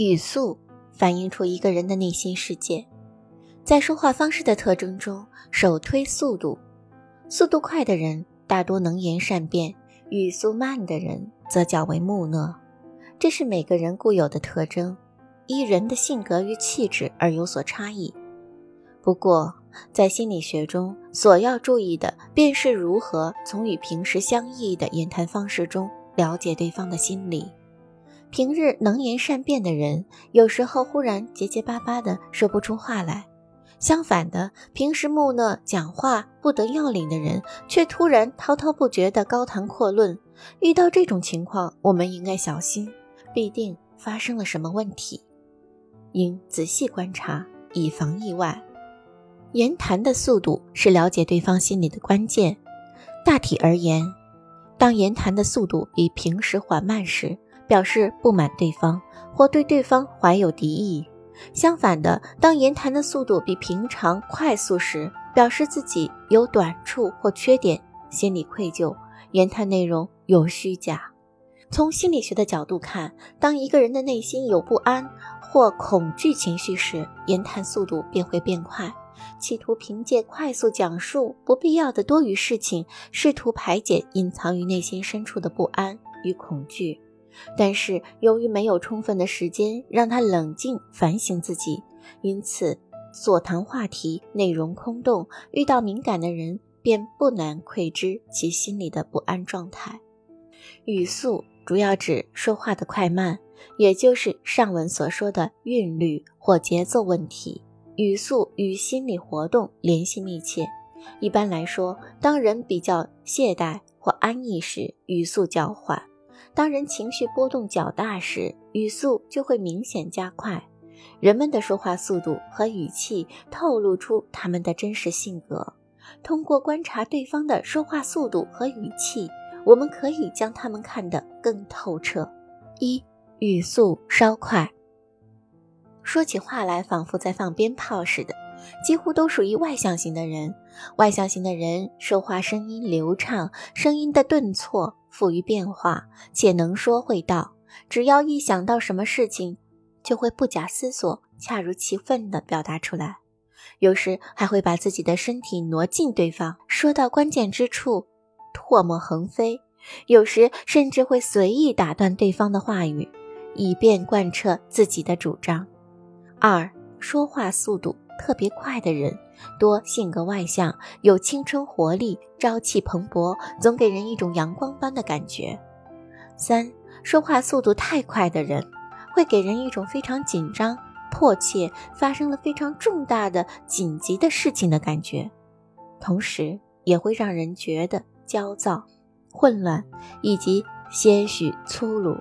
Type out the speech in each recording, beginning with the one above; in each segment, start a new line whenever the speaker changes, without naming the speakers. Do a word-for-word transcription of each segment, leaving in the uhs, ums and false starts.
语速反映出一个人的内心世界。在说话方式的特征中，首推速度。速度快的人大多能言善辩，语速慢的人则较为木讷。这是每个人固有的特征，依人的性格与气质而有所差异。不过，在心理学中，所要注意的便是如何从与平时相异的言谈方式中了解对方的心理。平日能言善辩的人，有时候忽然结结巴巴地说不出话来。相反的，平时木讷讲话不得要领的人，却突然滔滔不绝地高谈阔论。遇到这种情况，我们应该小心，必定发生了什么问题，应仔细观察，以防意外。言谈的速度是了解对方心理的关键。大体而言，当言谈的速度比平时缓慢时，表示不满对方，或对对方怀有敌意。相反的，当言谈的速度比平常快速时，表示自己有短处或缺点，心理愧疚，言谈内容有虚假。从心理学的角度看，当一个人的内心有不安或恐惧情绪时，言谈速度便会变快，企图凭借快速讲述不必要的多余事情，试图排解隐藏于内心深处的不安与恐惧。但是由于没有充分的时间让他冷静反省自己，因此所谈话题内容空洞，遇到敏感的人便不难窥知其心里的不安状态。语速主要指说话的快慢，也就是上文所说的韵律或节奏问题。语速与心理活动联系密切。一般来说，当人比较懈怠或安逸时，语速较缓；当人情绪波动较大时，语速就会明显加快。人们的说话速度和语气透露出他们的真实性格。通过观察对方的说话速度和语气，我们可以将他们看得更透彻。一、语速稍快。说起话来仿佛在放鞭炮似的，几乎都属于外向型的人。外向型的人说话声音流畅，声音的顿挫富于变化，且能说会道。只要一想到什么事情，就会不假思索，恰如其分地表达出来。有时还会把自己的身体挪近对方，说到关键之处，唾沫横飞。有时甚至会随意打断对方的话语，以便贯彻自己的主张。二、说话速度特别快的人，多性格外向，有青春活力，朝气蓬勃，总给人一种阳光般的感觉。三、说话速度太快的人，会给人一种非常紧张、迫切，发生了非常重大的紧急的事情的感觉，同时也会让人觉得焦躁、混乱以及些许粗鲁。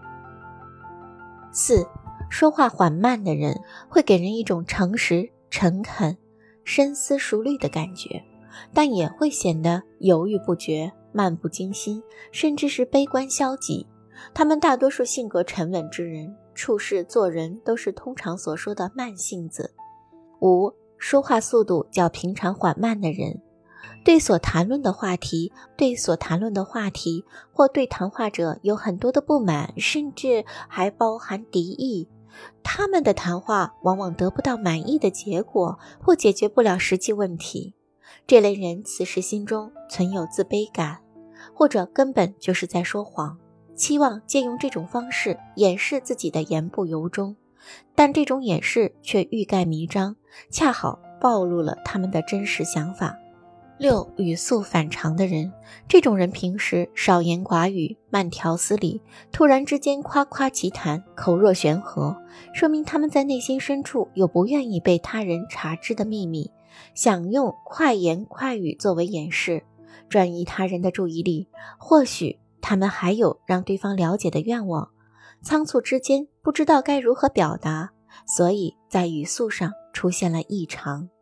四、说话缓慢的人会给人一种诚实、诚恳、深思熟虑的感觉，但也会显得犹豫不决、漫不经心，甚至是悲观消极。他们大多数性格沉稳之人，处事做人都是通常所说的慢性子。五、说话速度较平常缓慢的人，对所谈论的话题，对所谈论的话题或对谈话者有很多的不满，甚至还包含敌意。他们的谈话往往得不到满意的结果，或解决不了实际问题。这类人此时心中存有自卑感，或者根本就是在说谎，期望借用这种方式掩饰自己的言不由衷，但这种掩饰却欲盖弥彰，恰好暴露了他们的真实想法。六、语速反常的人，这种人平时少言寡语，慢条斯理，突然之间夸夸其谈，口若悬河，说明他们在内心深处有不愿意被他人察知的秘密，想用快言快语作为掩饰，转移他人的注意力。或许他们还有让对方了解的愿望，仓促之间不知道该如何表达，所以在语速上出现了异常。